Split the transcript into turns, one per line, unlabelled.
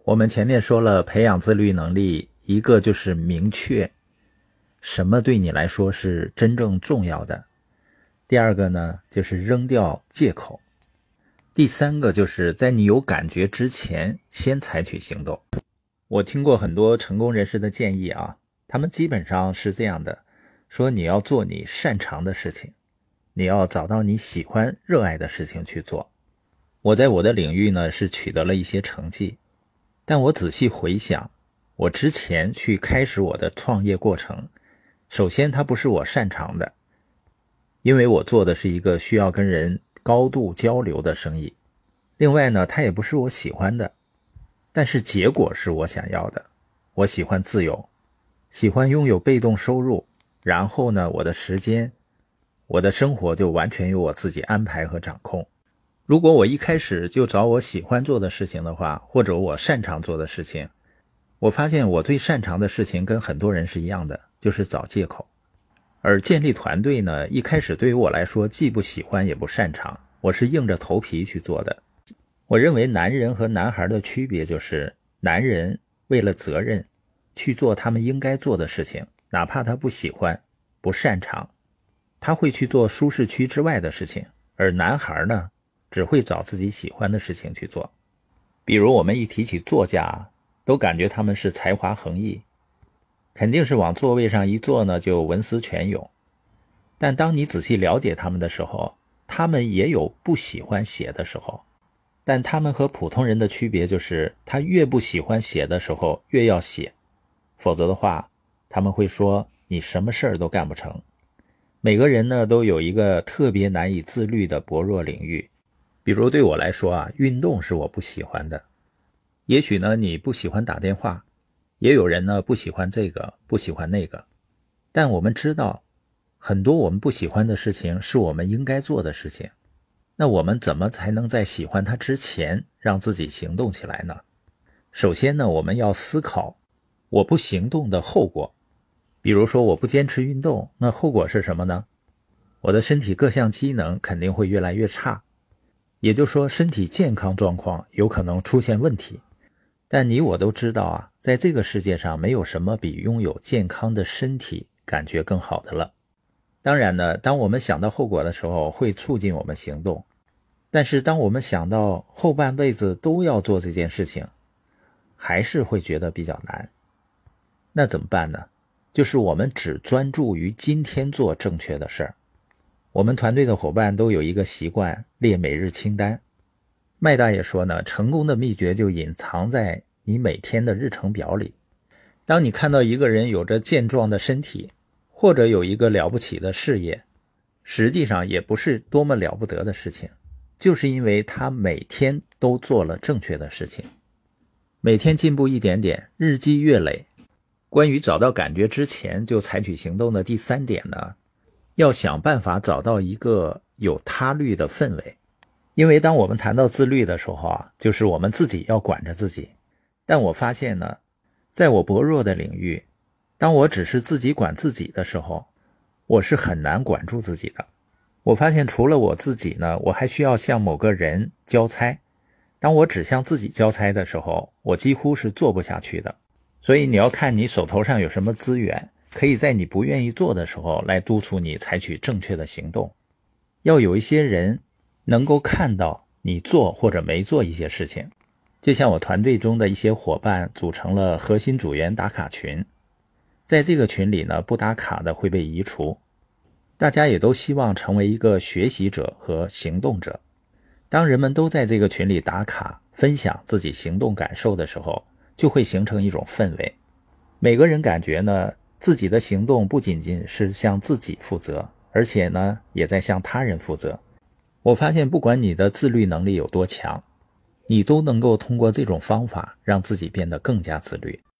我们前面说了，培养自律能力，一个就是明确什么对你来说是真正重要的。第二个呢，就是扔掉借口。第三个就是在你有感觉之前，先采取行动。我听过很多成功人士的建议啊，他们基本上是这样的，说你要做你擅长的事情，你要找到你喜欢热爱的事情去做。我在我的领域呢是取得了一些成绩，但我仔细回想，我之前去开始我的创业过程，首先它不是我擅长的，因为我做的是一个需要跟人高度交流的生意。另外呢，它也不是我喜欢的，但是结果是我想要的。我喜欢自由，喜欢拥有被动收入，然后呢，我的时间，我的生活就完全由我自己安排和掌控。如果我一开始就找我喜欢做的事情的话，或者我擅长做的事情，我发现我最擅长的事情跟很多人是一样的，就是找借口。而建立团队呢，一开始对于我来说既不喜欢也不擅长，我是硬着头皮去做的。我认为男人和男孩的区别就是，男人为了责任去做他们应该做的事情，哪怕他不喜欢不擅长，他会去做舒适区之外的事情。而男孩呢，只会找自己喜欢的事情去做。比如我们一提起作家，都感觉他们是才华横溢，肯定是往座位上一坐呢就文思泉涌。但当你仔细了解他们的时候，他们也有不喜欢写的时候，但他们和普通人的区别就是，他越不喜欢写的时候越要写，否则的话他们会说你什么事儿都干不成。每个人呢都有一个特别难以自律的薄弱领域。比如对我来说啊，运动是我不喜欢的。也许呢你不喜欢打电话，也有人呢不喜欢这个不喜欢那个，但我们知道很多我们不喜欢的事情是我们应该做的事情。那我们怎么才能在喜欢它之前让自己行动起来呢？首先呢，我们要思考我不行动的后果。比如说我不坚持运动，那后果是什么呢？我的身体各项机能肯定会越来越差，也就是说身体健康状况有可能出现问题。但你我都知道啊，在这个世界上没有什么比拥有健康的身体感觉更好的了。当然呢，当我们想到后果的时候会促进我们行动，但是当我们想到后半辈子都要做这件事情，还是会觉得比较难。那怎么办呢？就是我们只专注于今天做正确的事儿。我们团队的伙伴都有一个习惯，列每日清单。麦大爷说呢，成功的秘诀就隐藏在你每天的日程表里。当你看到一个人有着健壮的身体，或者有一个了不起的事业，实际上也不是多么了不得的事情，就是因为他每天都做了正确的事情。每天进步一点点，日积月累。关于找到感觉之前就采取行动的第三点呢，要想办法找到一个有他律的氛围。因为当我们谈到自律的时候啊，就是我们自己要管着自己。但我发现呢，在我薄弱的领域，当我只是自己管自己的时候，我是很难管住自己的。我发现除了我自己呢，我还需要向某个人交差。当我只向自己交差的时候，我几乎是做不下去的。所以你要看你手头上有什么资源，可以在你不愿意做的时候来督促你采取正确的行动。要有一些人能够看到你做或者没做一些事情。就像我团队中的一些伙伴组成了核心组员打卡群，在这个群里呢，不打卡的会被移除。大家也都希望成为一个学习者和行动者。当人们都在这个群里打卡，分享自己行动感受的时候，就会形成一种氛围。每个人感觉呢，自己的行动不仅仅是向自己负责，而且呢，也在向他人负责。我发现不管你的自律能力有多强，你都能够通过这种方法让自己变得更加自律。